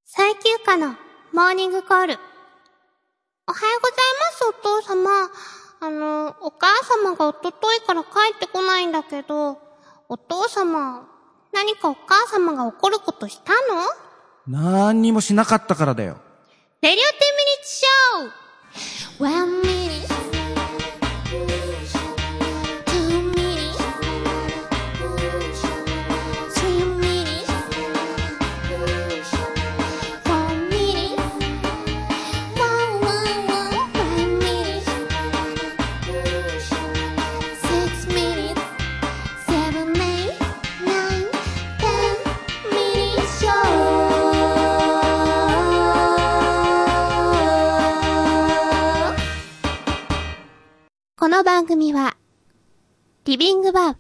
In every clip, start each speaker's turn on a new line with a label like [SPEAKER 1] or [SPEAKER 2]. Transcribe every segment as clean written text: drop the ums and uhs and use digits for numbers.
[SPEAKER 1] 最休暇のモーニングコール。おはようございます、お父様。お母様がおとといから帰ってこないんだけど、お父様、何かお母様が怒ることしたの？
[SPEAKER 2] 何にもしなかったからだよ。
[SPEAKER 1] レディオ10ミニッツショー !1 minuteこの番組は、リビングバー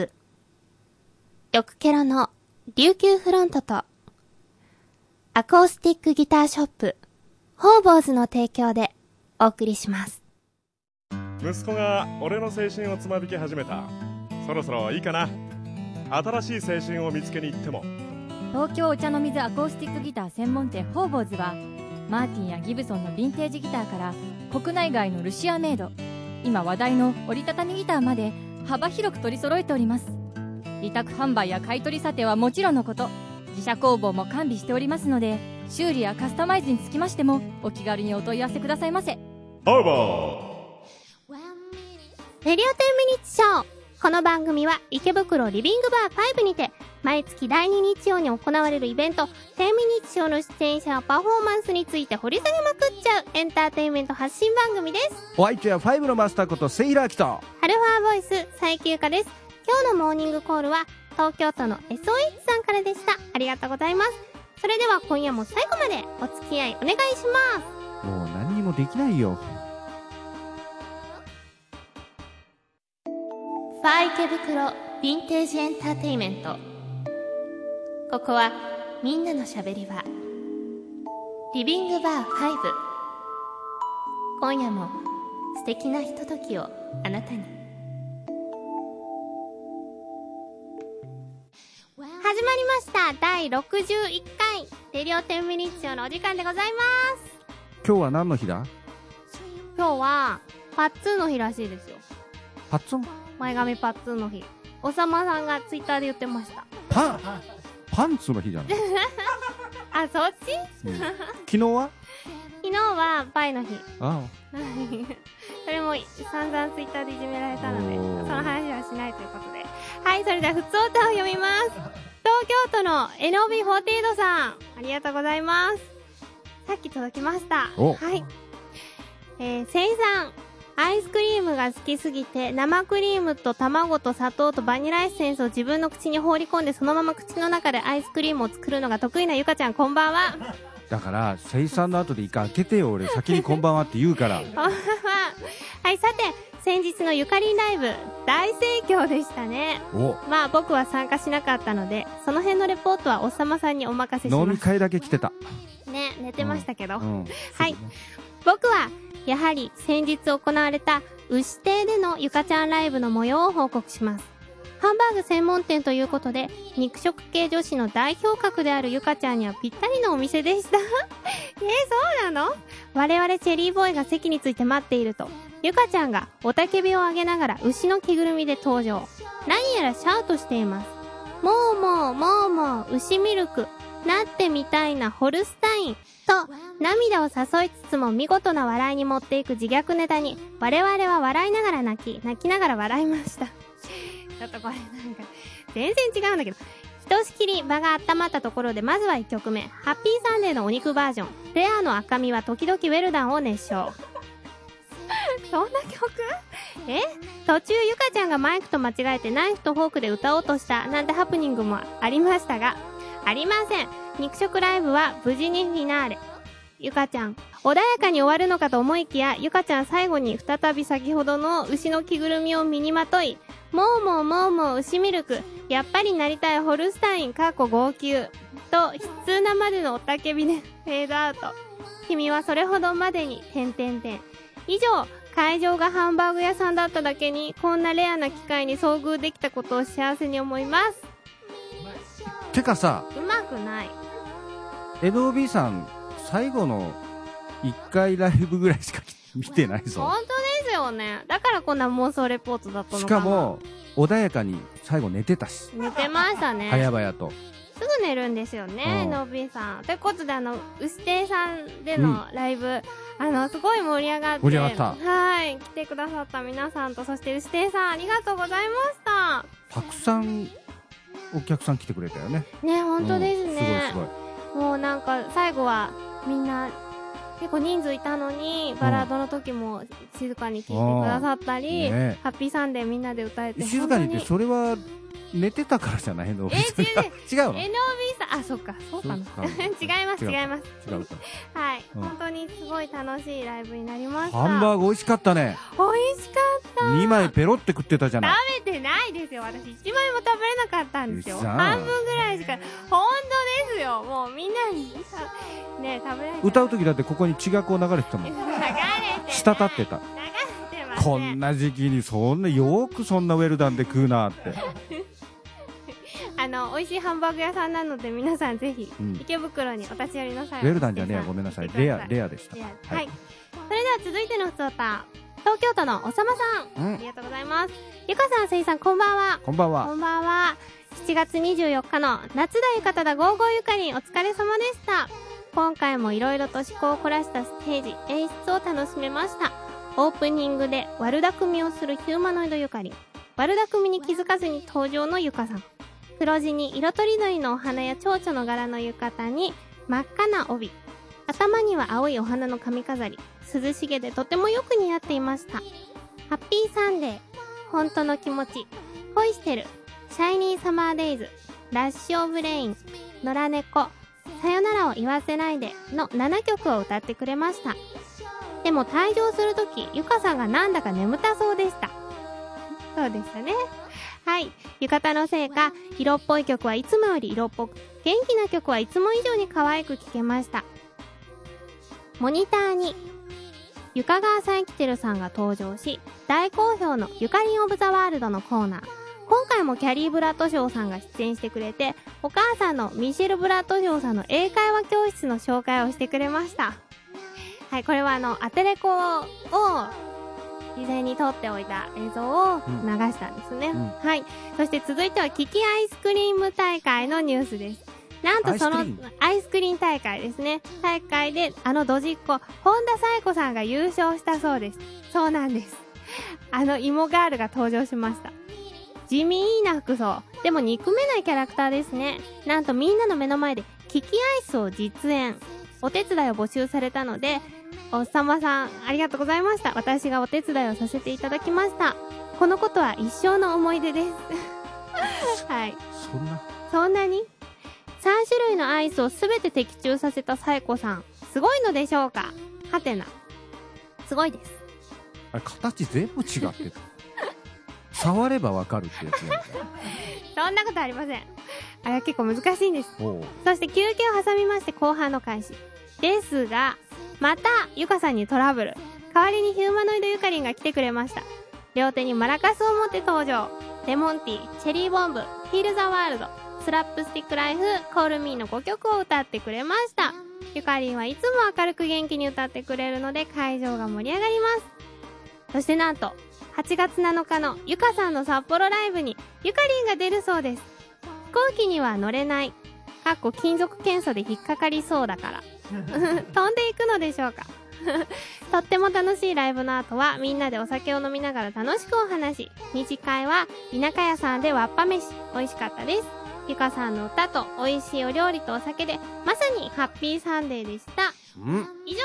[SPEAKER 1] 5、6ケロの琉球フロントと、アコースティックギターショップ、ホーボーズの提供でお送りします。
[SPEAKER 3] 息子が俺の青春をつまびき始めた。そろそろいいかな。新しい青春を見つけに行っても。
[SPEAKER 4] 東京お茶の水アコースティックギター専門店ホーボーズは、マーティンやギブソンのヴィンテージギターから国内外のルシアメイド、今話題の折りたたみギターまで幅広く取り揃えております。委託販売や買取査定はもちろんのこと、自社工房も完備しておりますので、修理やカスタマイズにつきましてもお気軽にお問い合わせくださいませ。
[SPEAKER 3] ホーボ
[SPEAKER 1] ーレディオ10ミニッツショー。この番組は池袋リビングバー5にて毎月第2日曜に行われるイベント10ミニッツショーの出演者やパフォーマンスについて掘り下げまくっちゃうエンターテインメント発信番組です。
[SPEAKER 2] お相手は5のマスターことセイラーキと
[SPEAKER 1] ハルファーボイス最休暇です。今日のモーニングコールは東京都の SOH さんからでした。ありがとうございます。それでは今夜も最後までお付き合いお願いします。
[SPEAKER 2] もう何にもできないよ。
[SPEAKER 1] ファー池袋ヴィンテージエンターテイメント。ここはみんなのしゃべり場、リビングバー5。今夜も素敵なひとときをあなたに。始まりました第61回レディオ10ミニッツショーのお時間でございます。
[SPEAKER 2] 今日は何の日だ？
[SPEAKER 1] 今日はパッツーの日らしいですよ。
[SPEAKER 2] パッツン？
[SPEAKER 1] 前髪パッツンの日。おさまさんがツイッターで言ってました。
[SPEAKER 2] パンツの日じゃん。
[SPEAKER 1] あ、そっち、
[SPEAKER 2] 昨日は
[SPEAKER 1] パイの日。
[SPEAKER 2] ああ
[SPEAKER 1] それも散々ツイッターでいじめられたので、その話はしないということで。はい、それでは普通歌を読みます。東京都の NOB48 さん、ありがとうございます。さっき届きました。はい。せいさん、アイスクリームが好きすぎて生クリームと卵と砂糖とバニラエッセンスを自分の口に放り込んでそのまま口の中でアイスクリームを作るのが得意なゆかちゃん、こんばんは。
[SPEAKER 2] だから生産の後で一回開けてよ。俺先にこんばんはって言うから
[SPEAKER 1] はい、さて先日のゆかりんライブ大盛況でしたね。まあ僕は参加しなかったのでその辺のレポートはおっさまさんにお任せします。
[SPEAKER 2] 飲み会だけ来てた
[SPEAKER 1] ね、寝てましたけど、はい、
[SPEAKER 2] ね、
[SPEAKER 1] 僕はやはり先日行われた牛亭でのゆかちゃんライブの模様を報告します。ハンバーグ専門店ということで肉食系女子の代表格であるゆかちゃんにはぴったりのお店でしたそうなの？我々チェリーボーイが席について待っているとゆかちゃんが雄たけびを上げながら牛の着ぐるみで登場。何やらシャウトしています。もうもうもうもう牛ミルクなってみたいなホルスタインと涙を誘いつつも見事な笑いに持っていく自虐ネタに我々は笑いながら泣きながら笑いました。ちょっとこれなんか全然違うんだけど、ひとしきり場が温まったところでまずは1曲目、ハッピーサンデーのお肉バージョンレアの赤身は時々ウェルダンを熱唱そんな曲？途中ゆかちゃんがマイクと間違えてナイフとフォークで歌おうとしたなんてハプニングもありましたが、ありません。肉食ライブは無事にフィナーレ。ゆかちゃん穏やかに終わるのかと思いきや、ゆかちゃん最後に再び先ほどの牛の着ぐるみを身にまとい、もうもうもうもう牛ミルクやっぱりなりたいホルスタイン号泣と悲痛なまでのおたけびでフェードアウト。君はそれほどまでに以上。会場がハンバーグ屋さんだっただけにこんなレアな機会に遭遇できたことを幸せに思います。
[SPEAKER 2] てかさ、
[SPEAKER 1] うまくない。
[SPEAKER 2] NOB さん最後の1回ライブぐらいしか見てないぞ。
[SPEAKER 1] 本当ですよね。だからこんな妄想レポートだったのかな。
[SPEAKER 2] しかも穏やかに最後寝てたし、
[SPEAKER 1] 寝てましたね。
[SPEAKER 2] 早々と。
[SPEAKER 1] すぐ寝るんですよね、NOB さん。ということで、牛亭さんでのライブ、すごい盛り上がって。
[SPEAKER 2] 盛り上がった。
[SPEAKER 1] はい。来てくださった皆さんと、そして牛亭さん、ありがとうございました。
[SPEAKER 2] たくさんお客さん来てくれたよね。
[SPEAKER 1] ね、本当ですね。
[SPEAKER 2] すごいすごい。
[SPEAKER 1] もうなんか、最後はみんな、結構人数いたのに、バラードの時も静かに聴いてくださったり、
[SPEAKER 2] ね、
[SPEAKER 1] ハッピーサンデーみんなで歌えて。
[SPEAKER 2] 静かにって、それは、寝てたからじゃないの？違うの？
[SPEAKER 1] NOB さん、あ、そっか、そうかな。違います。違うか。はい、本当にすごい楽しいライブになりました。
[SPEAKER 2] ハンバーグ美味しかったね。
[SPEAKER 1] 美味しかった。
[SPEAKER 2] 2枚ペロって食ってたじゃない。
[SPEAKER 1] 食べてないですよ。私1枚も食べれなかったんですよ。半分ぐらいしか。本当ですよ。もうみんなにね、食べられて。
[SPEAKER 2] 歌う時だってここに血がこう流れてたもん。
[SPEAKER 1] 流れて。
[SPEAKER 2] 滴ってた。
[SPEAKER 1] 流れてます。
[SPEAKER 2] こんな時期によくそんなウェルダンで食うなって。
[SPEAKER 1] 美味しいハンバーグ屋さんなので皆さんぜひ池袋にお立ち寄りの際は、
[SPEAKER 2] ウェルダンじゃねえや、ごめんなさい。レアでした。
[SPEAKER 1] はい。それでは続いてのふつおた、東京都のおさまさん、ありがとうございます。ゆかさん、せいさん、こんばんは。
[SPEAKER 2] こんばんは。
[SPEAKER 1] こんばんは。7月24日の夏だゆかただゴーゴーゆかりん、お疲れ様でした。今回もいろいろと趣向を凝らしたステージ演出を楽しめました。オープニングで悪巧みをするヒューマノイドゆかりん、悪巧みに気づかずに登場のゆかさん、黒地に色とりどりのお花や蝶々の柄の浴衣に真っ赤な帯、頭には青いお花の髪飾り、涼しげでとてもよく似合っていました。ハッピーサンデー、本当の気持ち、恋してる、シャイニーサマーデイズ、ラッシュオブレイン、野良猫、さよならを言わせないでの7曲を歌ってくれました。でも退場するとき、ゆかさんがなんだか眠たそうでした。そうでしたね。はい。浴衣のせいか、色っぽい曲はいつもより色っぽく、元気な曲はいつも以上に可愛く聴けました。モニターに、ゆかがわさんきてるさんが登場し、大好評のゆかりんオブザワールドのコーナー。今回もキャリー・ブラッドショーさんが出演してくれて、お母さんのミシェル・ブラッドショーさんの英会話教室の紹介をしてくれました。はい、これはアテレコを事前に撮っておいた映像を流したんですね。はい。そして続いてはキキアイスクリーム大会のニュースです。なんとそのアイスクリーム大会ですね。大会でドジっ子、本田紗友子さんが優勝したそうです。そうなんです。芋ガールが登場しました。地味な服装。でも憎めないキャラクターですね。なんとみんなの目の前でキキアイスを実演。お手伝いを募集されたので、おさまさん、ありがとうございました。私がお手伝いをさせていただきました。このことは一生の思い出です。はい。そんなに ?3 種類のアイスをすべて的中させたサイコさん。すごいのでしょうか？はてな。すごいです。
[SPEAKER 2] あれ、形全部違ってた。触ればわかるってやつなんだ。
[SPEAKER 1] そんなことありません。あれは結構難しいんです。そして休憩を挟みまして後半の開始。ですが、また、ゆかさんにトラブル。代わりにヒューマノイドゆかりんが来てくれました。両手にマラカスを持って登場。レモンティー、チェリーボンブ、ヒールザワールド、スラップスティックライフ、コールミーの5曲を歌ってくれました。ゆかりんはいつも明るく元気に歌ってくれるので会場が盛り上がります。そしてなんと、8月7日のゆかさんの札幌ライブにゆかりんが出るそうです。飛行機には乗れない。金属検査で引っかかりそうだから。飛んでいくのでしょうか。とっても楽しいライブの後はみんなでお酒を飲みながら楽しくお話。二次会は田舎屋さんでわっぱ飯。美味しかったです。ゆかさんの歌と美味しいお料理とお酒でまさにハッピーサンデーでした。以上。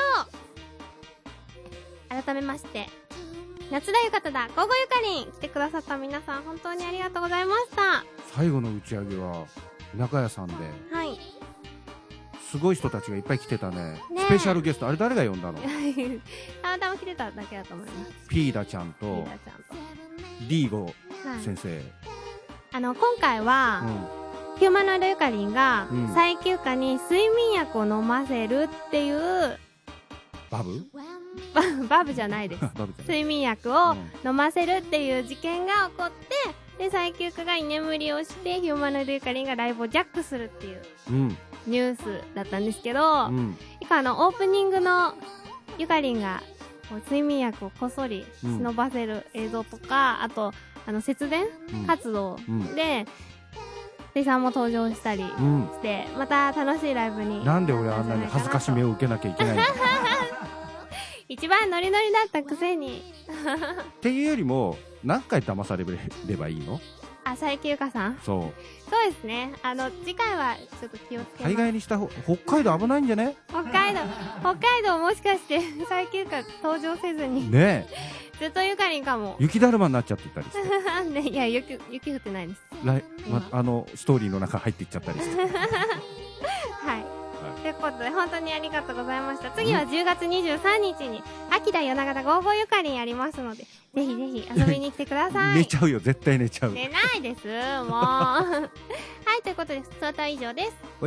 [SPEAKER 1] 改めまして、夏だゆかただゴーゴーゆかりん来てくださった皆さん本当にありがとうございました。
[SPEAKER 2] 最後の打ち上げは田舎屋さんで、はい、すごい人たちがいっぱい来てた ね。スペシャルゲスト、あれ誰が呼んだの？
[SPEAKER 1] たまたま来てただけだと思います。
[SPEAKER 2] ピーダちゃんとディーゴ先生、
[SPEAKER 1] 今回は、ヒューマノイドゆかりんが最休暇に睡眠薬を飲ませるっていうバブじゃないです。睡眠薬を飲ませるっていう事件が起こって、で最休暇が居眠りをしてヒューマノイドゆかりんがライブをジャックするっていうニュースだったんですけど、オープニングのゆかりんが睡眠薬をこっそり忍ばせる映像とか、あと節電活動で、水さんも登場したりして、また楽しいライブに。
[SPEAKER 2] なんで俺あんなに恥ずかしめを受けなきゃいけないの
[SPEAKER 1] 一番ノリノリだったくせに
[SPEAKER 2] っていうよりも何回騙されればいいの？
[SPEAKER 1] 佐伯ゆかさん。そうですね。次回はちょっと気をつけます。
[SPEAKER 2] 海外にした方、北海道危ないんじゃね？
[SPEAKER 1] 北海道もしかして佐伯ゆか登場せずに
[SPEAKER 2] ね
[SPEAKER 1] ずっとゆかりんかも。
[SPEAKER 2] 雪だるまになっちゃってたりして
[SPEAKER 1] ね、いや、雪降ってないです。
[SPEAKER 2] ストーリーの中入っていっちゃったりして
[SPEAKER 1] はい。ということで、本当にありがとうございました。次は10月23日に、秋田夜長田55ゆかりんやりますので、ぜひぜひ遊びに来てください。
[SPEAKER 2] 寝ちゃうよ、絶対寝ちゃう。
[SPEAKER 1] 寝ないです、もう。はい、ということで、それとは以上です。
[SPEAKER 2] はい。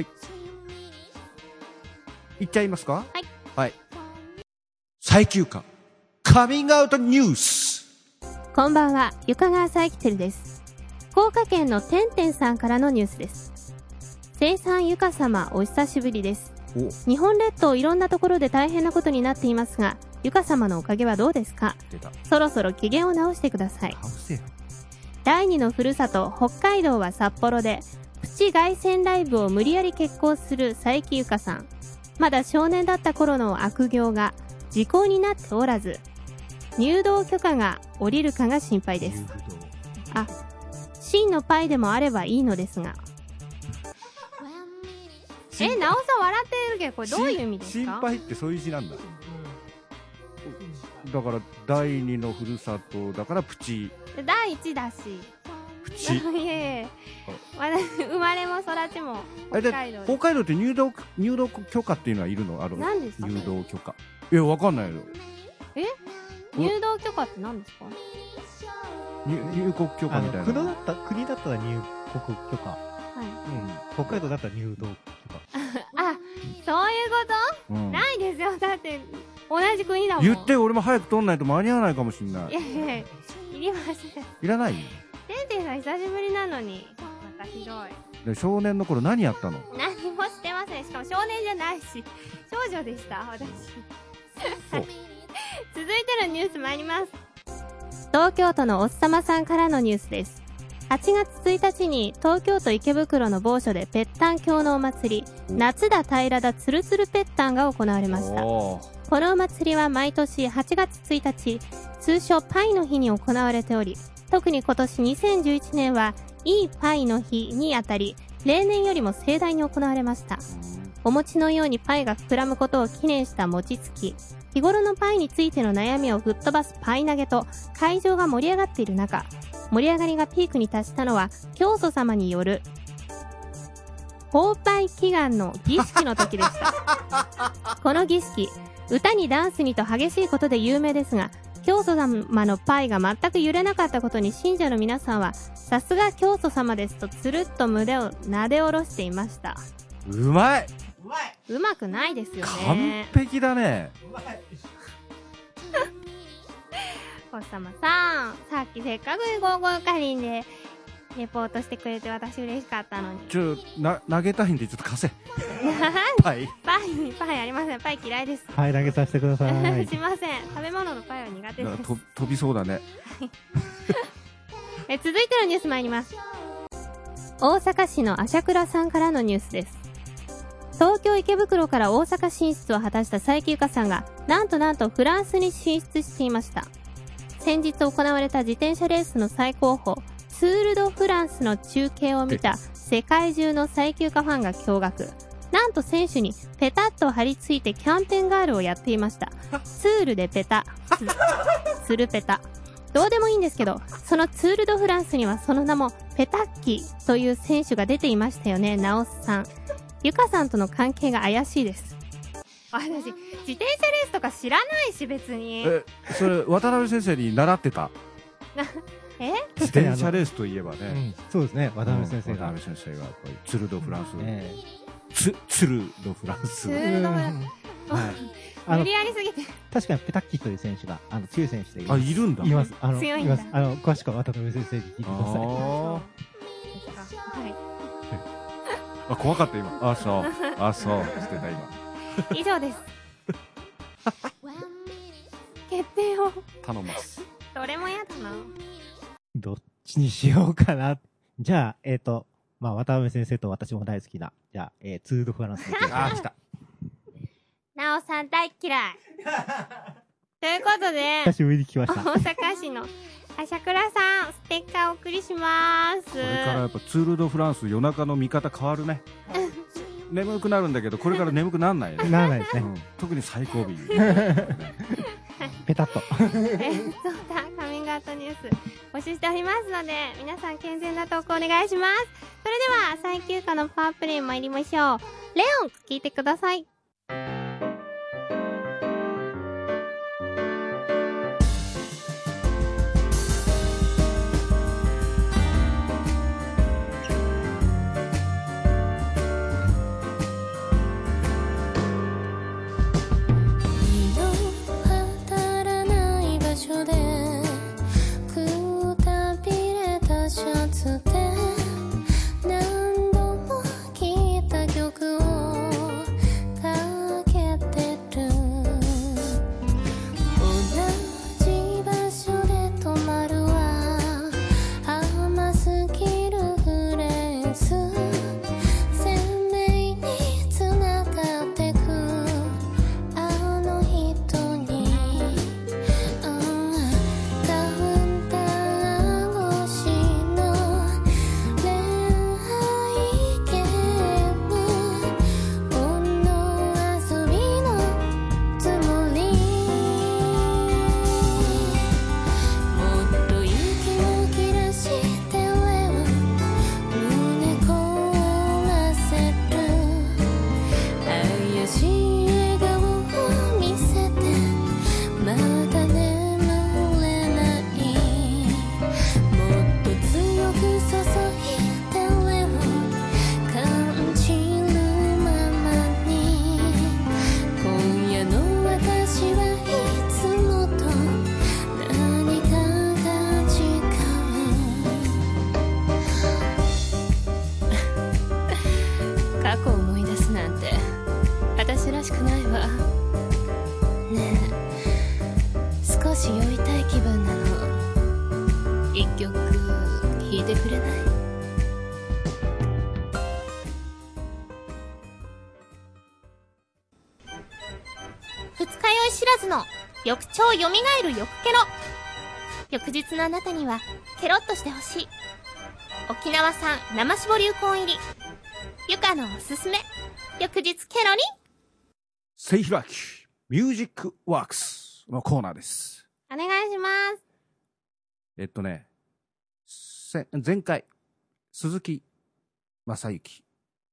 [SPEAKER 2] いっちゃいますか？はい。最休暇、カミングアウトニュース。
[SPEAKER 1] こんばんは、ゆかがわさいきてるです。福岡県のてんてんさんからのニュースです。生産ゆか様、お久しぶりです。日本列島いろんなところで大変なことになっていますが、ゆか様のおかげはどうですか？そろそろ機嫌を直してください。第二のふるさと北海道は札幌でプチ凱旋ライブを無理やり決行する佐伯ゆかさん。まだ少年だった頃の悪行が時効になっておらず、入道許可が下りるかが心配です。真のパイでもあればいいのですが。なおさん笑ってるけど、これどういう意味ですか？
[SPEAKER 2] 心配ってそういう字なんだ。だから第二のふるさとだからプチ。
[SPEAKER 1] 第一だし。
[SPEAKER 2] プチ。
[SPEAKER 1] いやいや。生まれも育ちも北海道。
[SPEAKER 2] 北海道って入道許可っていうのはいるの？
[SPEAKER 1] 何ですか？
[SPEAKER 2] 入道許可。いや、わかんないよ。
[SPEAKER 1] 入道許可って何ですか？
[SPEAKER 2] 入国許可みたいな。
[SPEAKER 5] 国だったら入国許可。北海道だったら入道許可。
[SPEAKER 1] そういうこと？ないですよ。だって同じ国だもん。
[SPEAKER 2] 言って、俺も早く取んないと間に合わないかもしれない。
[SPEAKER 1] いやいや、いりません。
[SPEAKER 2] いらない？
[SPEAKER 1] てんてんさん久しぶりなのにまたひどい。
[SPEAKER 2] で、少年の頃何やったの？
[SPEAKER 1] 何もしてません。しかも少年じゃないし少女でした、私。続いてのニュース参ります。東京都のおっさまさんからのニュースです。8月1日に東京都池袋の某所でぺったん郷のお祭り、夏だ平だつるつるぺったんが行われました。このお祭りは毎年8月1日、通称パイの日に行われており、特に今年2011年はいいパイの日にあたり、例年よりも盛大に行われました。お餅のようにパイが膨らむことを記念した餅つき、日頃のパイについての悩みを吹っ飛ばすパイ投げと会場が盛り上がっている中、盛り上がりがピークに達したのは教祖様による奉パイ祈願の儀式の時でしたこの儀式、歌にダンスにと激しいことで有名ですが、教祖様のパイが全く揺れなかったことに信者の皆さんは、さすが教祖様ですとつるっと胸をなで下ろしていました。
[SPEAKER 2] うまい。
[SPEAKER 1] うまくないですよ
[SPEAKER 2] ね。完璧だね。
[SPEAKER 1] おっさまさん、さっきせっかくゴーゴーカリンでレポートしてくれて私嬉しかったのに。
[SPEAKER 2] 投げたいんでちょっと貸せ。パイ
[SPEAKER 1] ありません。パイ嫌いです。
[SPEAKER 5] はい、投げさせてください。
[SPEAKER 1] すいません。食べ物のパイは苦手です。
[SPEAKER 2] 飛びそうだね。
[SPEAKER 1] 続いてのニュース参ります。大阪市の朝倉さんからのニュースです。東京池袋から大阪進出を果たした佐伯ゆかさんが、なんとフランスに進出していました。先日行われた自転車レースの最高峰、ツール・ド・フランスの中継を見た世界中の佐伯ゆかファンが驚愕。なんと選手にペタッと張り付いてキャンペーンガールをやっていました。ツールでペタ、ツルペタ。どうでもいいんですけど、そのツール・ド・フランスにはその名もペタッキという選手が出ていましたよね、ナオスさん。ゆかさんとの関係が怪しいです。私、自転車レースとか知らないし、別に。
[SPEAKER 2] それ、渡辺先生に習ってた。自転車レースといえばね。
[SPEAKER 5] そうですね、渡辺先生が。
[SPEAKER 2] 渡辺先生が、ツルドフランス。ツルドフランス。
[SPEAKER 1] ツルドフランス。無理やりすぎて。
[SPEAKER 5] 確かにペタッキという選手が、強い選手でいます。
[SPEAKER 2] いるんだ。
[SPEAKER 5] います。
[SPEAKER 1] 強いんだ。
[SPEAKER 5] 詳しくは渡辺先生に聞いてください。
[SPEAKER 2] 怖かった今。あ、そう。あ、そうしてた今。
[SPEAKER 1] 以上です。決定を
[SPEAKER 2] 頼ます。
[SPEAKER 1] どれもやだな。
[SPEAKER 5] どっちにしようかな。じゃあ、まあ、渡辺先生と私も大好きな、じゃあ、ツール・ド・フランス。
[SPEAKER 2] あ、来た。
[SPEAKER 1] なおさん大嫌い。ということで、
[SPEAKER 5] 久しぶりに来ました。
[SPEAKER 1] 大阪市の朝倉さん、ステッカーお送りします。
[SPEAKER 2] これからやっぱツール・ド・フランス夜中の見方変わるね。眠くなるんだけど、これから眠くならないね。
[SPEAKER 5] ならないですね。
[SPEAKER 2] 特に最後尾。
[SPEAKER 5] ペタッと。
[SPEAKER 1] そうだ、カミングアウトニュース募集しておりますので、皆さん健全な投稿お願いします。それでは最休暇のパワープレイ参りましょう。レオン、聞いてください。翌朝よみがえる翌ケロ。翌日のあなたにはケロッとしてほしい。沖縄産生搾りうこん入りゆかのおすすめ翌日ケロに
[SPEAKER 2] せいひらきミュージックワークスのコーナーです。
[SPEAKER 1] お願いします。
[SPEAKER 2] 前回鈴木雅之、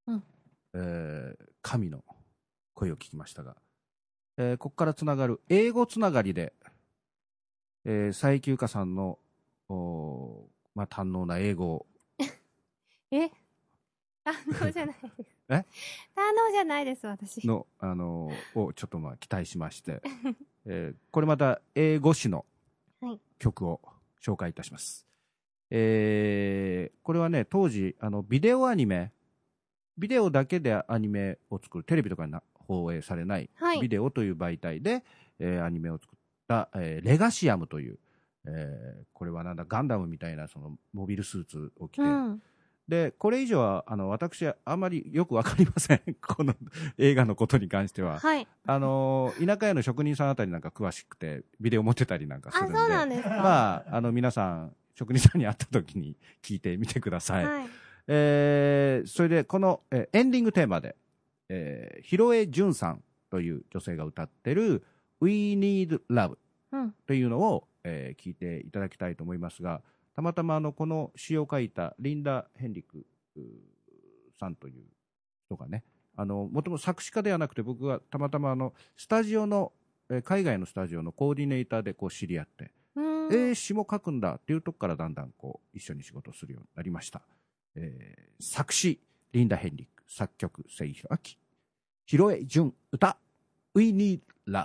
[SPEAKER 2] 神の声を聞きましたが、ここからつながる英語つながりで、佐伯ゆかさんの堪能な英語を
[SPEAKER 1] 堪能じゃないです堪能じゃないです私
[SPEAKER 2] のをちょっと期待しまして、これまた英語詞の曲を紹介いたします。これはね、当時ビデオアニメ、ビデオだけでアニメを作る、テレビとかに放映されないビデオという媒体で、アニメを作った、レガシアムという、これはなんだガンダムみたいなそのモビルスーツを着て、でこれ以上は私あんまりよくわかりませんこの映画のことに関しては、田舎屋の職人さんあたりなんか詳しくてビデオ持ってたりなんかするんで、
[SPEAKER 1] そうなんですか。
[SPEAKER 2] まあ皆さん職人さんに会った時に聞いてみてください。それでこの、エンディングテーマで広江純さんという女性が歌ってる We Need Love というのを、聞いていただきたいと思いますが、たまたまこの詩を書いたリンダ・ヘンリクさんという人がね、もともと作詞家ではなくて、僕がたまたまスタジオの、海外のスタジオのコーディネーターでこう知り合って、詩も書くんだっていうとこからだんだんこう一緒に仕事をするようになりました。作詞リンダ・ヘンリク、作曲せいひらき、広江純歌 We Need Love。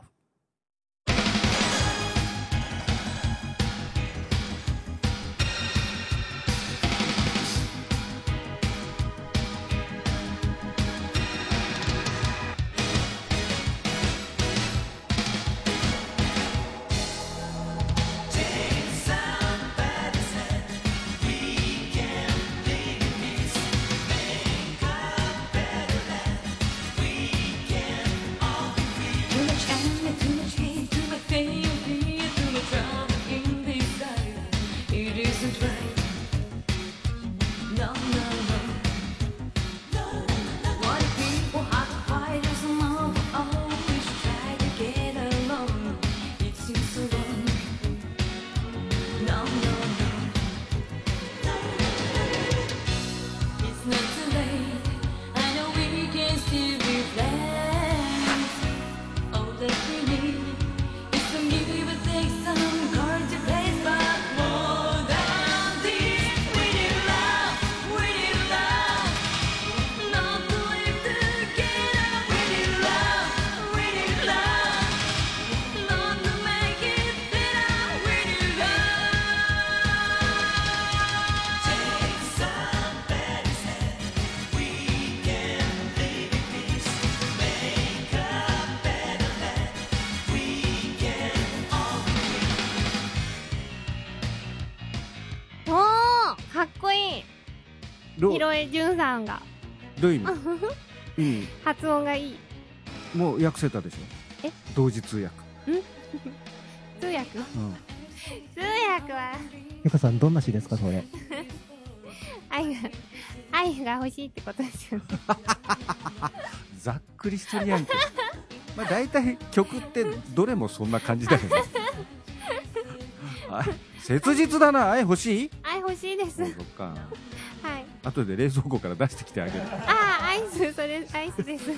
[SPEAKER 1] ひろえじゅんさんが
[SPEAKER 2] どういう意味
[SPEAKER 1] 発音がいい。
[SPEAKER 2] もう訳せたでしょ。同時通訳。
[SPEAKER 1] 通訳、通訳は
[SPEAKER 5] ゆかさんどんな詩ですかそれ？
[SPEAKER 1] 愛が欲しいってことですよね。
[SPEAKER 2] ざっくりしとるやんけ。まあ大体曲ってどれもそんな感じだよね。切実だな。愛欲しい？
[SPEAKER 1] 愛欲しいです。
[SPEAKER 2] そっか。
[SPEAKER 1] はい。
[SPEAKER 2] 後で冷蔵庫から出してきてあげる。
[SPEAKER 1] アイス、それアイスです。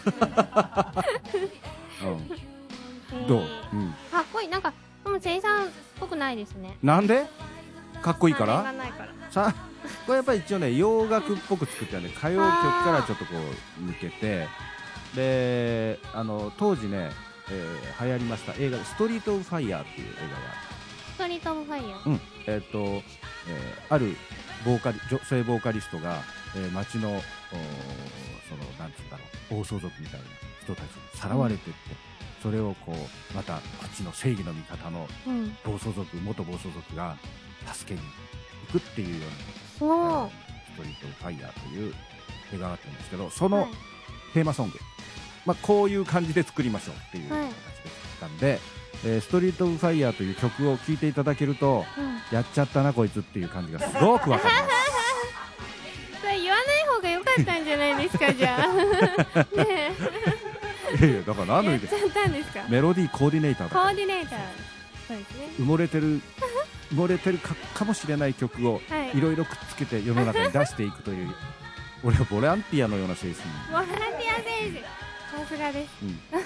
[SPEAKER 2] どう？
[SPEAKER 1] かっこいい。なんかでも生産っぽくないですね。
[SPEAKER 2] なんで？かっこいいから？
[SPEAKER 1] がないから。
[SPEAKER 2] さこれやっぱり一応ね洋楽っぽく作ってあるんで歌謡曲からちょっとこう抜けて、で当時ね、流行りました映画ストリート・オブ・ファイヤーっていう映
[SPEAKER 1] ストリート・オブ・ファイヤー。
[SPEAKER 2] 画がある女性ボーカリストが、街のそのなんつうんだろう暴走族みたいな人たちにさらわれてって、それをこうまたこっちの正義の味方の元暴走族が助けに行くっていうような、ストリート・オブ・ファイヤーという映画があったんですけど、そのテーマソング、こういう感じで作りましょうっていう形で作ったんで、ストリート・オブ・ファイヤーという曲を聴いていただけると、やっちゃったなこいつっていう感じがすごくわかります。
[SPEAKER 1] それ言わない方が良かったんじゃないですか、じゃあ。ね
[SPEAKER 2] いやいやだから
[SPEAKER 1] やっちゃったんですか。
[SPEAKER 2] メロディーコーディネーターだから。
[SPEAKER 1] コーディネーター。そうですね。
[SPEAKER 2] 埋もれてるかもしれない曲をいろいろくっつけて世の中に出していくという、俺はボランティアのような精神。
[SPEAKER 1] ボランティア精神。さすがです。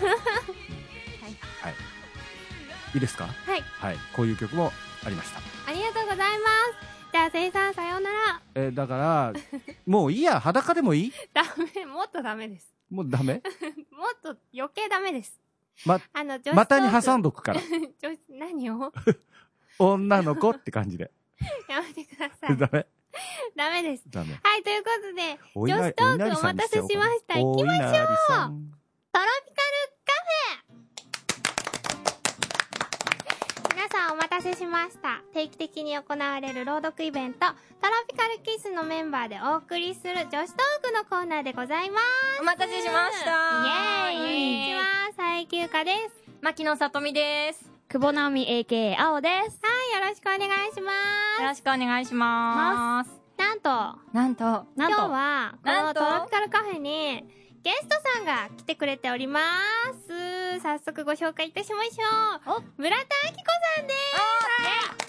[SPEAKER 2] はい。いいですか？はい。こういう曲もありました。
[SPEAKER 1] ありがとうございます。じゃあ生産さようなら。
[SPEAKER 2] だからもういいや、裸でもいい？
[SPEAKER 1] ダメ、もっとダメです。
[SPEAKER 2] もうダメ？
[SPEAKER 1] もっと余計ダメです。
[SPEAKER 2] 股に挟んどくから。
[SPEAKER 1] 何を？
[SPEAKER 2] 女の子って感じで。
[SPEAKER 1] やめてください。
[SPEAKER 2] ダメ？
[SPEAKER 1] ダメです。
[SPEAKER 2] ダメ。
[SPEAKER 1] はい、ということで、女子トークお待たせしました。行きましょう。トロピカルカフェ。皆さんお待たせしました。定期的に行われる朗読イベント、トロピカルキスのメンバーでお送りする女子トークのコーナーでございます。
[SPEAKER 4] お待たせしました。
[SPEAKER 1] イエーイ。こんにちは、佐伯ゆかです。
[SPEAKER 4] 牧野さとみです。
[SPEAKER 6] 久保直美 AKA 青です。
[SPEAKER 1] はい、よろしくお願いします。
[SPEAKER 4] よろしくお願いします。
[SPEAKER 1] なんと今日はこのトロピカルカフェにゲストさんが来てくれております。早速ご紹介いたしましょう。村田明子さんです。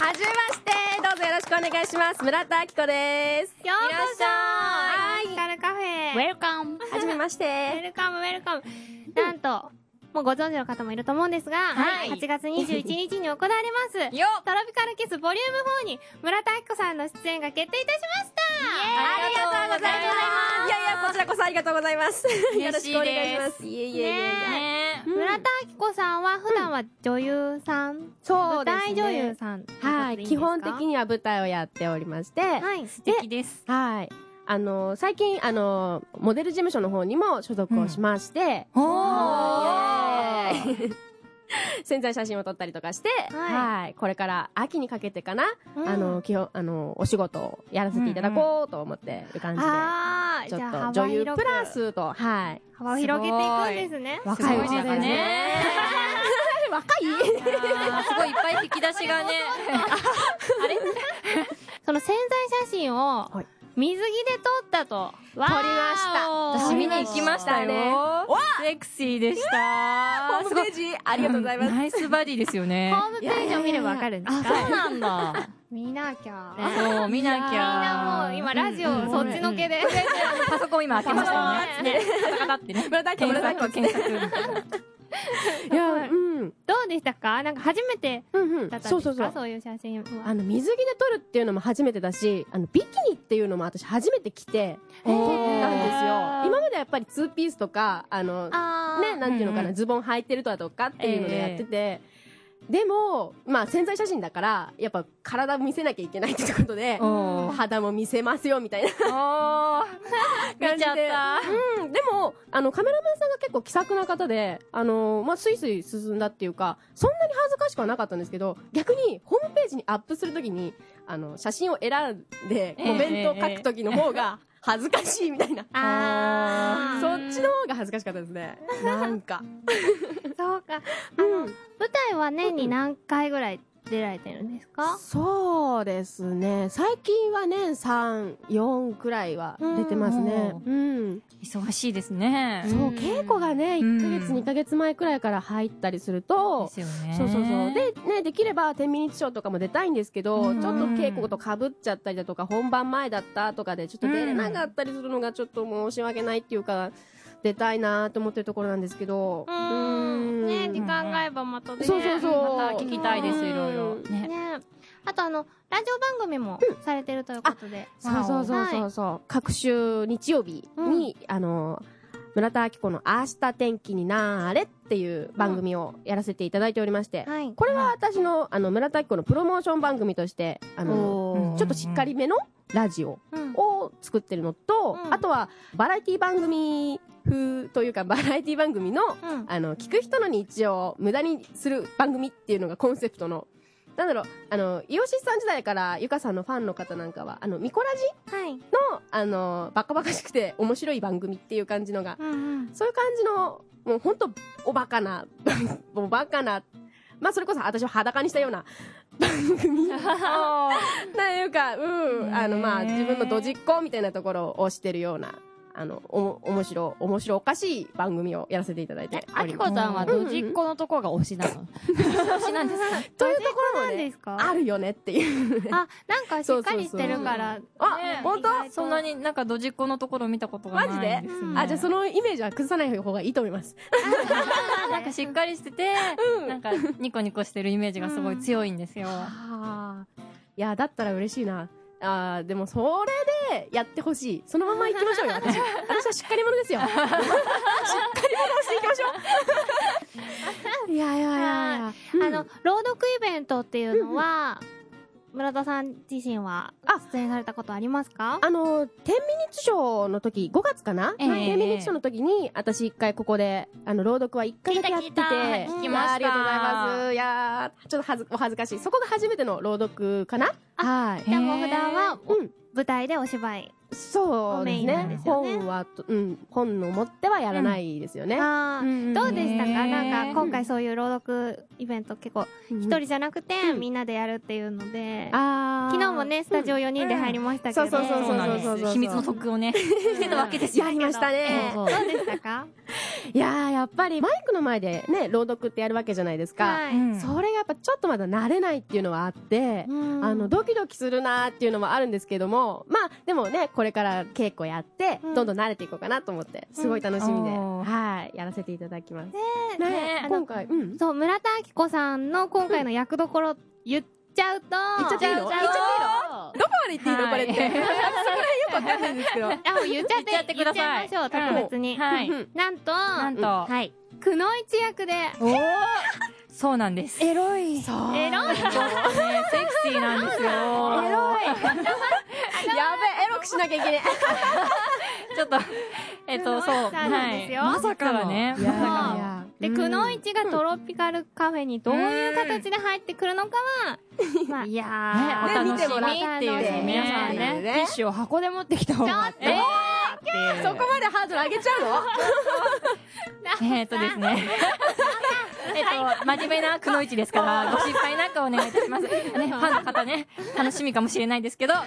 [SPEAKER 7] はじめまして、どうぞよろしくお願いします。村田明子です。
[SPEAKER 1] ようこそ。
[SPEAKER 7] はい。
[SPEAKER 1] トロピカルカフェ。
[SPEAKER 6] ウェルカム。
[SPEAKER 7] はじめまして。
[SPEAKER 1] ウェルカムウェルカム。なんともうご存知の方もいると思うんですが、8月21日に行われますトロピカルキスボリューム4に村田明子さんの出演が決定いたしました。
[SPEAKER 7] ありがとうございます。いやいや、こちらこそありがとうございます。よろしくお願いします。いえいえいえ。
[SPEAKER 1] 村田明子さんは普段は女優さん、
[SPEAKER 7] そうですね。
[SPEAKER 1] 舞台女優さん。
[SPEAKER 7] はい。基本的には舞台をやっておりまして、
[SPEAKER 1] はい、素敵です。
[SPEAKER 7] はい。最近、モデル事務所の方にも所属をしまして、宣材写真を撮ったりとかして、はい。これから秋にかけてかな、お仕事をやらせていただこうと思ってる感じで、ちょっと女優プラスと、はい。
[SPEAKER 1] 幅を広げていくんですね。
[SPEAKER 7] 若いうちですね。若い？
[SPEAKER 4] すごいいっぱい引き出しがね。
[SPEAKER 1] あれ？その宣材写真を、水着で撮ったと。
[SPEAKER 7] 撮りました。
[SPEAKER 4] 私見に行きましたよ。セクシーでした。
[SPEAKER 7] ホームページありがとうございます。
[SPEAKER 4] ナイスバディですよね。
[SPEAKER 1] ホームページを見ればわかるんですか？
[SPEAKER 4] そうなんだ。
[SPEAKER 1] 見なきゃ。
[SPEAKER 4] そう、見なきゃ。みん
[SPEAKER 1] なもう今ラジオそっちのけで。
[SPEAKER 4] パソコン今開けましたね。カタカタってね。検索。
[SPEAKER 7] いや、
[SPEAKER 1] どうでしたか？なんか初めてだったんですか？そういう写真は。
[SPEAKER 7] 水着で撮るっていうのも初めてだし、ビキニっていうのも私初めて着て撮ったんですよ。今までやっぱりツーピースとか、ね、なんていうのかな、ズボン履いてるとかっていうのでやってて、でも、宣材写真だから、やっぱ体を見せなきゃいけないってことで、肌も見せますよ、みたいな。
[SPEAKER 4] 見ちゃった。
[SPEAKER 7] でも、カメラマンさんが結構気さくな方で、スイスイ進んだっていうか、そんなに恥ずかしくはなかったんですけど、逆に、ホームページにアップするときに、写真を選んで、コメントを書くときの方が、 恥ずかしいみたいな。そっちの方が恥ずかしかったですね。なんか。
[SPEAKER 1] そうか。舞台は年に何回ぐらい出られてるんですか？
[SPEAKER 7] そうですね。最近は年3、4くらいは出てますね。
[SPEAKER 4] 忙しいですね。
[SPEAKER 7] そう、稽古がね、1ヶ月、2ヶ月前くらいから入ったりすると、
[SPEAKER 4] ですよね。
[SPEAKER 7] そう。で、ね、できれば10ミニッツショーとかも出たいんですけど、ちょっと稽古と被っちゃったりだとか、本番前だったとかで、ちょっと出れなかったりするのがちょっと申し訳ないっていうか、出たいなと思ってるところなんですけど。
[SPEAKER 1] ね、時間が合えばまたね。
[SPEAKER 7] そう。
[SPEAKER 4] また聞きたいです、いろいろ。ね。
[SPEAKER 1] あとラジオ番組もされてるということで。
[SPEAKER 7] そう。各週日曜日に、村田明子の明日天気になーれっていう番組をやらせていただいておりまして、これは私の村田明子のプロモーション番組として、ちょっとしっかりめのラジオを作ってるのと、あとはバラエティ番組風というかバラエティ番組の、聞く人の日常を無駄にする番組っていうのがコンセプトの、なんだろう、イオシスさん時代からゆかさんのファンの方なんかは、ミコラジの、バカバカしくて面白い番組っていう感じのが、そういう感じの、もうほんとおバカな、まあそれこそ私を裸にしたような番組なんいうか、まあ自分のドジっ子みたいなところをしてるような、面白おかしい番組をやらせていただいております。
[SPEAKER 6] あきこさんはドジっ子のところが推しなの？
[SPEAKER 4] 推しなんですか？
[SPEAKER 7] というところもね、
[SPEAKER 1] ですか？
[SPEAKER 7] あるよねっていう。
[SPEAKER 1] なんかしっかりしてるから。
[SPEAKER 7] 本当？
[SPEAKER 4] そんなになんかドジっ子のところ見たことがないんですね。
[SPEAKER 7] マジで？じゃあそのイメージは崩さない方がいいと思います。
[SPEAKER 4] なんかしっかりしてて、なんかニコニコしてるイメージがすごい強いんですよ。
[SPEAKER 7] いや、だったら嬉しいな。でもそれでやってほしい。そのまま行きましょうよ、私はしっかり者ですよ。しっかり者をしていきましょう。いや、
[SPEAKER 1] 朗読イベントっていうのは、村田さん自身は出演されたことありますか
[SPEAKER 7] ？10ミニッツショーの時、5月かな？10ミニッツショーの時に、私一回ここで、朗読は1回だけやってて。
[SPEAKER 4] 聞きました。
[SPEAKER 7] ありがとうございます。いやー、ちょっとお恥ずかしい。そこが初めての朗読かな？はい。
[SPEAKER 1] じゃあもう普段は、舞台でお芝居。
[SPEAKER 7] そうですね。本は、本を持ってはやらないですよね。
[SPEAKER 1] どうでしたか？なんか今回そういう朗読イベント結構一人じゃなくてみんなでやるっていうので、昨日もねスタジオ4人で入りましたけど、
[SPEAKER 4] そう秘密の特訓をねしてたわけですよ。
[SPEAKER 7] やりましたね。
[SPEAKER 1] どうでしたか？
[SPEAKER 7] いやー、やっぱりマイクの前でね朗読ってやるわけじゃないですか。それがやっぱちょっとまだ慣れないっていうのはあって、ドキドキするなーっていうのもあるんですけども、まあでもねこれから稽古やってどんどん慣れていこうかなと思ってすごい楽しみで、やらせていただきます。今回、
[SPEAKER 1] そう、村田明子さんの今回の役どころ言っちゃうと、
[SPEAKER 7] 言っちゃっていいの？どこまで言っていいのこれって。そこら辺よくわかんないんですけど。
[SPEAKER 1] もう言っちゃってください。言っちゃいましょう、特別に。なんと、くのいち役で。
[SPEAKER 4] そうなんです。
[SPEAKER 7] エロい。
[SPEAKER 4] そう。エロい。ちょっとね、セクシーなんですよ。
[SPEAKER 7] エロい。やべ、エロくしなきゃいけない。
[SPEAKER 4] ちょっと、そう。まさかのね。
[SPEAKER 1] で、くのいちがトロピカルカフェにどういう形で入ってくるのかは、まあ、
[SPEAKER 4] いやー、お楽しみっていうね、皆さんね、ティッシュを箱で持ってきた方が。
[SPEAKER 7] そこまでハードル上げちゃうの？
[SPEAKER 4] ですね。真面目なくのいちですから、ご心配なくお願いいたします。ね、ファンの方ね、楽しみかもしれないですけど。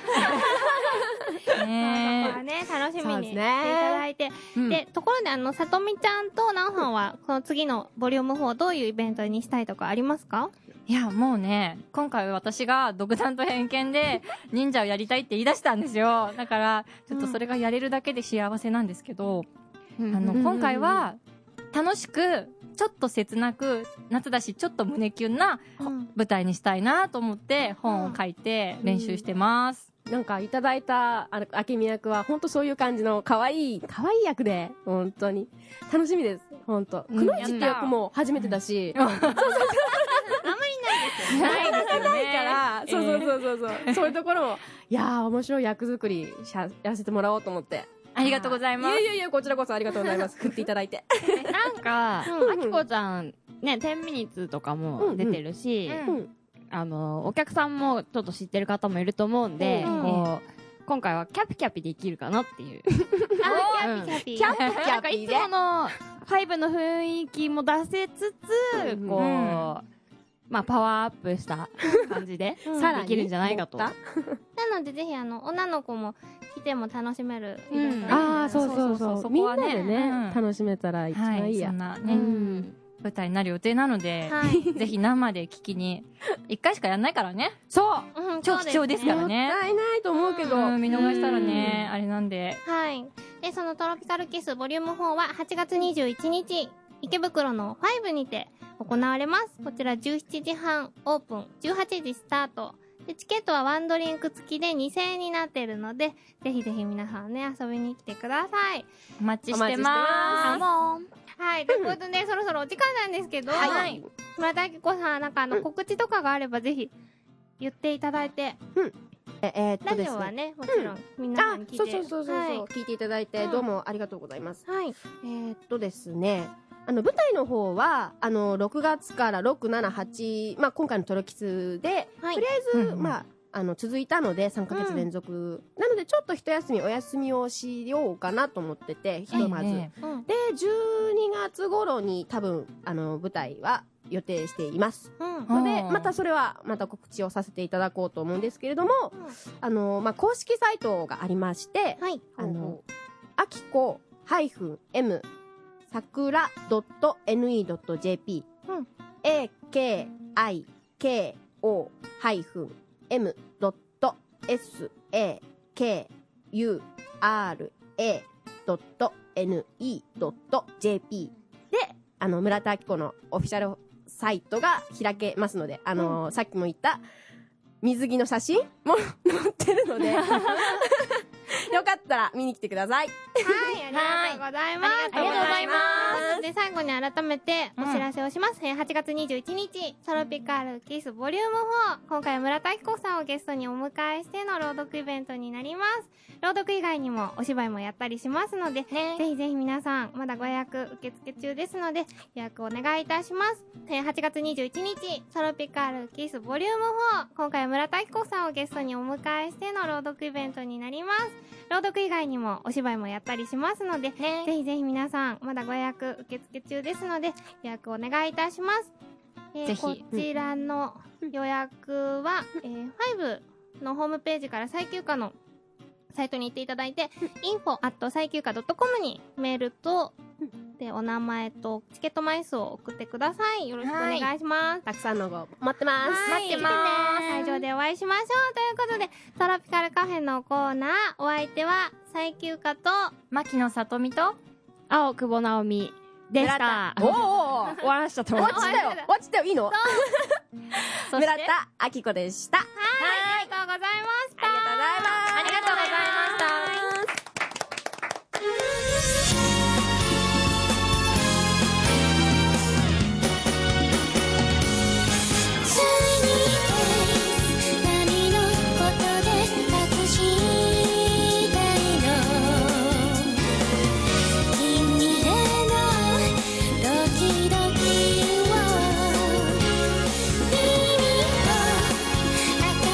[SPEAKER 1] 楽しみにしていただいて。で、ところで、さとみちゃんとなおはんは、この次のボリューム4、どういうイベントにしたいとかありますか？
[SPEAKER 4] いや、もうね、今回私が独断と偏見で忍者をやりたいって言い出したんですよ。だから、ちょっとそれがやれるだけで幸せなんですけど、今回は、楽しく、ちょっと切なく、夏だし、ちょっと胸キュンな舞台にしたいなと思って本を書いて練習してます。
[SPEAKER 7] なんかいただいた明美役は本当そういう感じの可愛い役で本当に楽しみです。本当。くのいちって役も初めてだし、あんまりないですよね。ないから、そういうところもいやー面白い役作りやらせてもらおうと思って。
[SPEAKER 4] ありがとうございます。
[SPEAKER 7] いやこちらこそありがとうございます。振っていただいて。
[SPEAKER 6] なんかあきこちゃんね10ミニッツとかも出てるし。お客さんもちょっと知ってる方もいると思うんで、こう今回はキャピキャピできるかなっていう。
[SPEAKER 1] あ、キャピキャピ。
[SPEAKER 6] なんかいつもの5の雰囲気も出せつつ、こう、まあパワーアップした感じでできるんじゃないかと。
[SPEAKER 1] なのでぜひ女の子も来ても楽しめるイベント。
[SPEAKER 7] ああ、そうそうそう。みんなでね、楽しめたら一番いいや。
[SPEAKER 4] そんなね、舞台になる予定なので、ぜひ生で聞きに、1回しかやんないからね。
[SPEAKER 7] そう、
[SPEAKER 4] 超貴重ですからね。
[SPEAKER 7] もったいないと思うけど、
[SPEAKER 4] 見逃したらね、あれなんで。
[SPEAKER 1] はい。で、そのトロピカルキスボリューム4は8月21日、池袋の5にて行われます。こちら17時半オープン、18時スタート。で、チケットはワンドリンク付きで2000円になっているので、ぜひぜひ皆さんね、遊びに来てください。
[SPEAKER 4] お待ちしてます。
[SPEAKER 1] はい。ということで、そろそろお時間なんですけど、はい。村田明子さん、なんか告知とかがあればぜひ言っていただいて。ラジオはね、もちろん、みんなさんに聞いて。
[SPEAKER 7] そう、聞いていただいて、どうもありがとうございます。はい。ですね、舞台の方は、6月から6、7、8、まあ、今回のトロキスで、とりあえず、まあ、続いたので、3ヶ月連続。なので、ちょっと一休み、お休みをしようかなと思ってて、ひとまず。で、12月頃に多分、舞台は予定しています。ので、またそれは、また告知をさせていただこうと思うんですけれども、まあ、公式サイトがありまして、あきこ-mさくら .ne.jp akiko-hakura.ne.jp で、村田明子のオフィシャルサイトが開けますので、さっきも言った水着の写真も載ってるので、よかったら見に来てください。
[SPEAKER 1] はい、ありがとうございます。
[SPEAKER 4] ありがとうございます。
[SPEAKER 1] で、最後に改めてお知らせをします。8月21日、トロピカルキスボリューム4。今回は村田明子さんをゲストにお迎えしての朗読イベントになります。朗読以外にもお芝居もやったりしますので、ぜひぜひ皆さん、まだご予約受付中ですので、予約お願いいたします。8月21日、トロピカルキスボリューム4。今回は村田明子さんをゲストにお迎えしての朗読イベントになります。朗読以外にもお芝居もやったりしますので、ぜひぜひ皆さん、まだご予約受付中ですので、予約お願いいたします。
[SPEAKER 4] ぜひ。
[SPEAKER 1] こちらの予約は、5のホームページから最休暇のサイトに行っていただいて、info@ 最休暇 .com にメールと、で、お名前とチケット枚数を送ってください。よろしくお願いします。
[SPEAKER 7] たくさんのご待ってます。
[SPEAKER 1] 待ってます。会場でお会いしましょう。ということで、トロピカルカフェのコーナー、お相手は、最休暇と、
[SPEAKER 4] 牧野さとみと、
[SPEAKER 6] 青久保直美でした。
[SPEAKER 7] おー
[SPEAKER 6] 終わらしたと思う。
[SPEAKER 7] 落ちたよ、いいの村田明子でした。
[SPEAKER 1] はい、ありがとうございました。
[SPEAKER 7] ありがとうございます。
[SPEAKER 4] ありがとうございました。
[SPEAKER 8] 「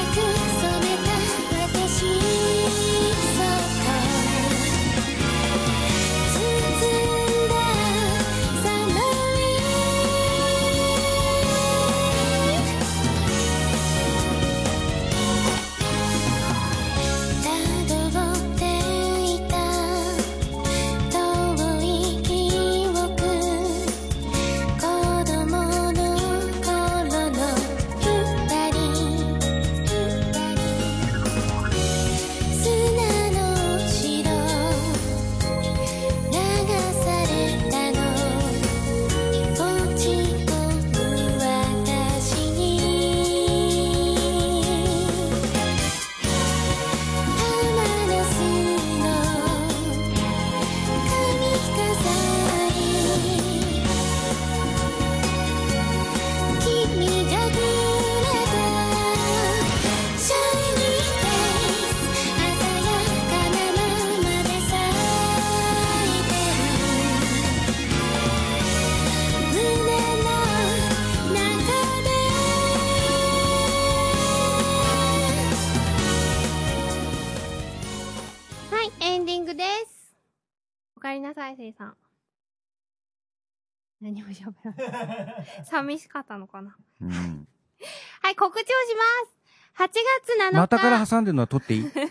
[SPEAKER 1] さん。何も喋らない。寂しかったのかな。
[SPEAKER 2] うん。
[SPEAKER 1] はい、告知をします。8月7日。
[SPEAKER 2] またから挟んでるのは取っていい？
[SPEAKER 1] 8月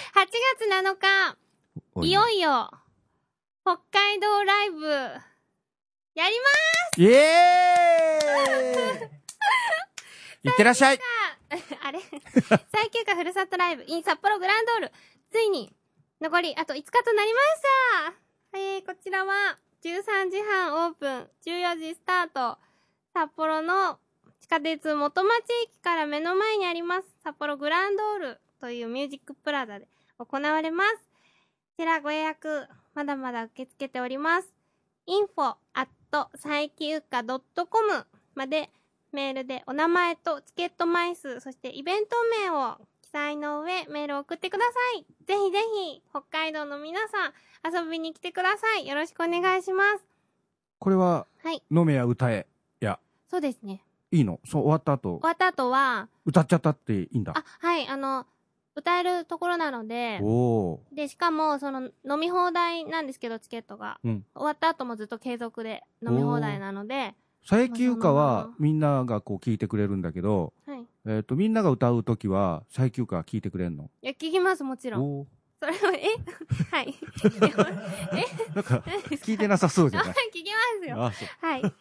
[SPEAKER 1] 7日、いよいよ、北海道ライブ、やります
[SPEAKER 2] イエーイいってらっしゃい
[SPEAKER 1] あれ最休暇ふるさとライブ in 札幌グランドール。ついに、残りあと5日となりました。こちらは、13時半オープン、14時スタート。札幌の地下鉄元町駅から目の前にあります、札幌グランドールというミュージックプラザで行われます。こちらご予約、まだまだ受け付けております。info@ 最休暇 .com までメールでお名前とチケット枚数、そしてイベント名を記載の上メールを送ってください。ぜひぜひ北海道の皆さん遊びに来てください。よろしくお願いします。
[SPEAKER 2] これは、
[SPEAKER 1] はい。
[SPEAKER 2] 飲めや歌えや。
[SPEAKER 1] そうですね。
[SPEAKER 2] いいの？そう、終わった後
[SPEAKER 1] は、
[SPEAKER 2] 歌っちゃったっていいんだ。
[SPEAKER 1] あ、はい、歌えるところなので、で、しかも、飲み放題なんですけど、チケットが。
[SPEAKER 2] うん。
[SPEAKER 1] 終わった後もずっと継続で飲み放題なので。
[SPEAKER 2] 最休暇はみんながこう聞いてくれるんだけど、
[SPEAKER 1] はい。
[SPEAKER 2] みんなが歌うときは最休暇聞いてくれんの？
[SPEAKER 1] いや、聞きます、もちろん。それは、はい。
[SPEAKER 2] なんか、聞いてなさそうじゃない？
[SPEAKER 1] 聞きますよ。
[SPEAKER 2] あ、そう。
[SPEAKER 1] はい。そして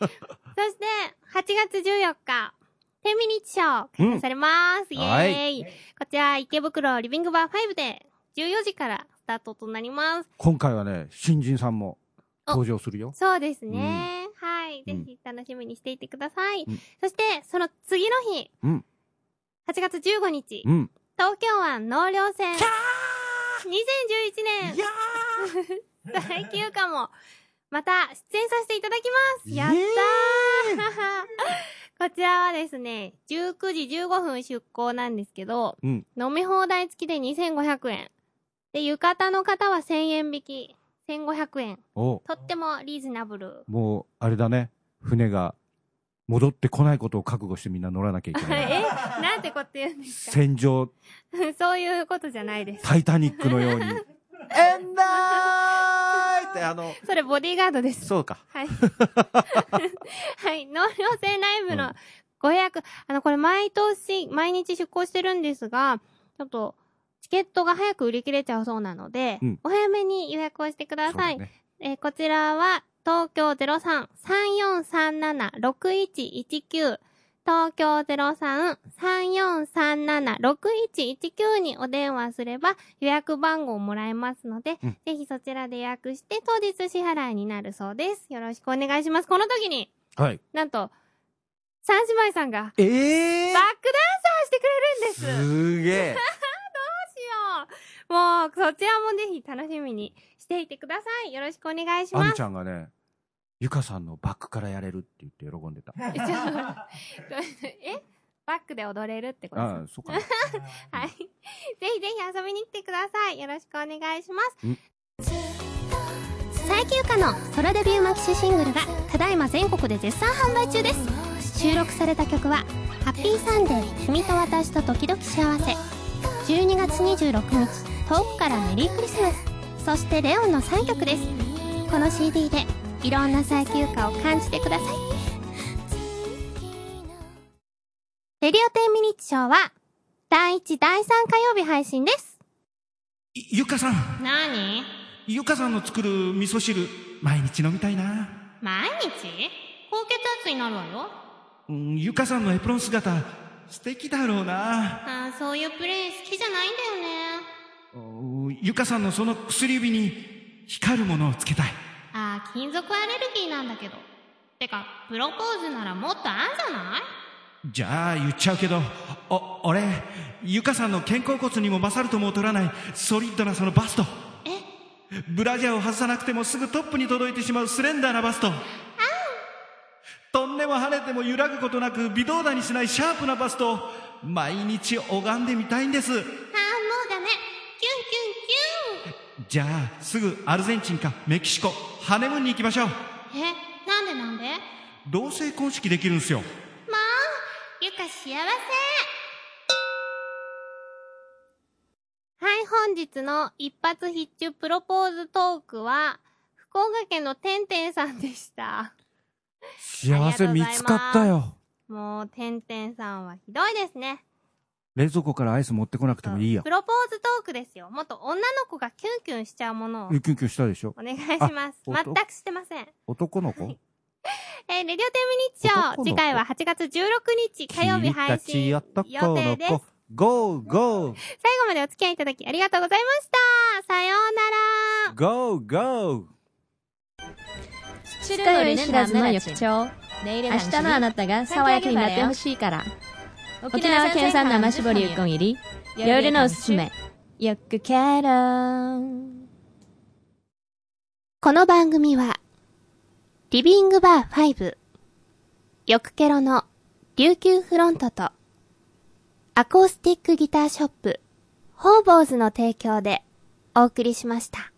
[SPEAKER 1] 、8月14日、10ミニッチショー開催されます。イェーイ。こちら、池袋リビングバー5で、14時からスタートとなります。
[SPEAKER 2] 今回はね、新人さんも登場するよ。
[SPEAKER 1] そうですね。はい。ぜひ楽しみにしていてください。そして、その次の日、8月15日、東京湾納涼船、2011年、最休暇も、また出演させていただきます。やったーこちらはですね、19時15分出港なんですけど、飲み放題付きで2500円。で、浴衣の方は1000円引き、1500円。とってもリーズナブル。
[SPEAKER 2] もう、あれだね、船が戻ってこないことを覚悟してみんな乗らなきゃいけない。
[SPEAKER 1] なんてこと言うんですか？
[SPEAKER 2] 戦場。
[SPEAKER 1] そういうことじゃないです。
[SPEAKER 2] タイタニックのように。エンダーって
[SPEAKER 1] それボディーガードです。
[SPEAKER 2] そうか。
[SPEAKER 1] はい。はい。納涼船ライブのご予約、これ毎日出港してるんですが、ちょっと、チケットが早く売り切れちゃうそうなので、お早めに予約をしてください。こちらは、東京 03-3437-6119 東京 03-3437-6119 にお電話すれば予約番号をもらえますので、ぜひそちらで予約して当日支払いになるそうです。よろしくお願いします。この時に、なんと、三姉妹さんが、バックダンサーしてくれるんです。
[SPEAKER 2] すげえ。
[SPEAKER 1] どうしよう。もう、そちらもぜひ楽しみにしていてください。よろしくお願いします。
[SPEAKER 2] あみちゃんがね、ゆかさんのバックからやれるって言って喜んでた。
[SPEAKER 1] バックで踊れるってことですか？
[SPEAKER 2] ああ、そうかな。
[SPEAKER 1] はい。ぜひぜひ遊びに来てください。よろしくお願いします。最休暇のソロデビューマキシシングルがただいま全国で絶賛販売中です。収録された曲はハッピーサンデー君と私と時々幸せ、12月26日遠くからメリークリスマス、そしてレオンの3曲です。この CD でいろんな最休暇を感じてください。レディオ10ミニッチショーは第1、第3火曜日配信です。
[SPEAKER 2] ゆかさん。
[SPEAKER 1] 何？
[SPEAKER 2] ゆかさんの作る味噌汁、毎日飲みたいな。
[SPEAKER 1] 毎日？高血圧になるわよ。
[SPEAKER 2] ゆかさんのエプロン姿、素敵だろうな。
[SPEAKER 1] そういうプレイ好きじゃないんだ
[SPEAKER 2] よね。ゆかさんのその薬指に光るものをつけたい。
[SPEAKER 1] 金属アレルギーなんだけど。てか、プロポーズならもっとあんじゃない？
[SPEAKER 2] じゃあ言っちゃうけど、俺、ゆかさんの肩甲骨にも勝るとも劣らないソリッドなそのバスト。ブラジャーを外さなくてもすぐトップに届いてしまうスレンダーなバスト。飛んでも跳ねても揺らぐことなく微動だにしないシャープなバストを毎日拝んでみたいんです。
[SPEAKER 1] もうダメ。キュンキュンキュン。
[SPEAKER 2] じゃあすぐアルゼンチンかメキシコハネムーンに行きましょう。
[SPEAKER 1] なんで
[SPEAKER 2] 同性婚式できるんすよ。
[SPEAKER 1] ゆか幸せ。はい、本日の一発必中プロポーズトークは、福福岡県のてんてんさんでした。
[SPEAKER 2] 幸せ見つかったよ。
[SPEAKER 1] もう、てんてんさんはひどいですね。
[SPEAKER 2] 冷蔵庫からアイス持ってこなくてもいいよ。
[SPEAKER 1] プロポーズトークですよ。もっと女の子がキュンキュンしちゃうものを。
[SPEAKER 2] キュンキュンしたでしょ。
[SPEAKER 1] お願いします。全くしてません。
[SPEAKER 2] 男の子
[SPEAKER 1] レディオ10ミニッチョ。次回は8月16日火曜日配信予定です。
[SPEAKER 2] ゴーゴー。
[SPEAKER 1] 最後までお付き合いいただきありがとうございました。さようなら。
[SPEAKER 2] ゴーゴー。
[SPEAKER 8] 知るより知らずの翌朝。明日のあなたが爽やかになってほしいから。沖縄県産生搾りうこん入り。夜のおすすめ。よくケロ。
[SPEAKER 1] この番組は、リビングバー5、よくケロの琉球フロントと、アコースティックギターショップ、ホーボーズの提供でお送りしました。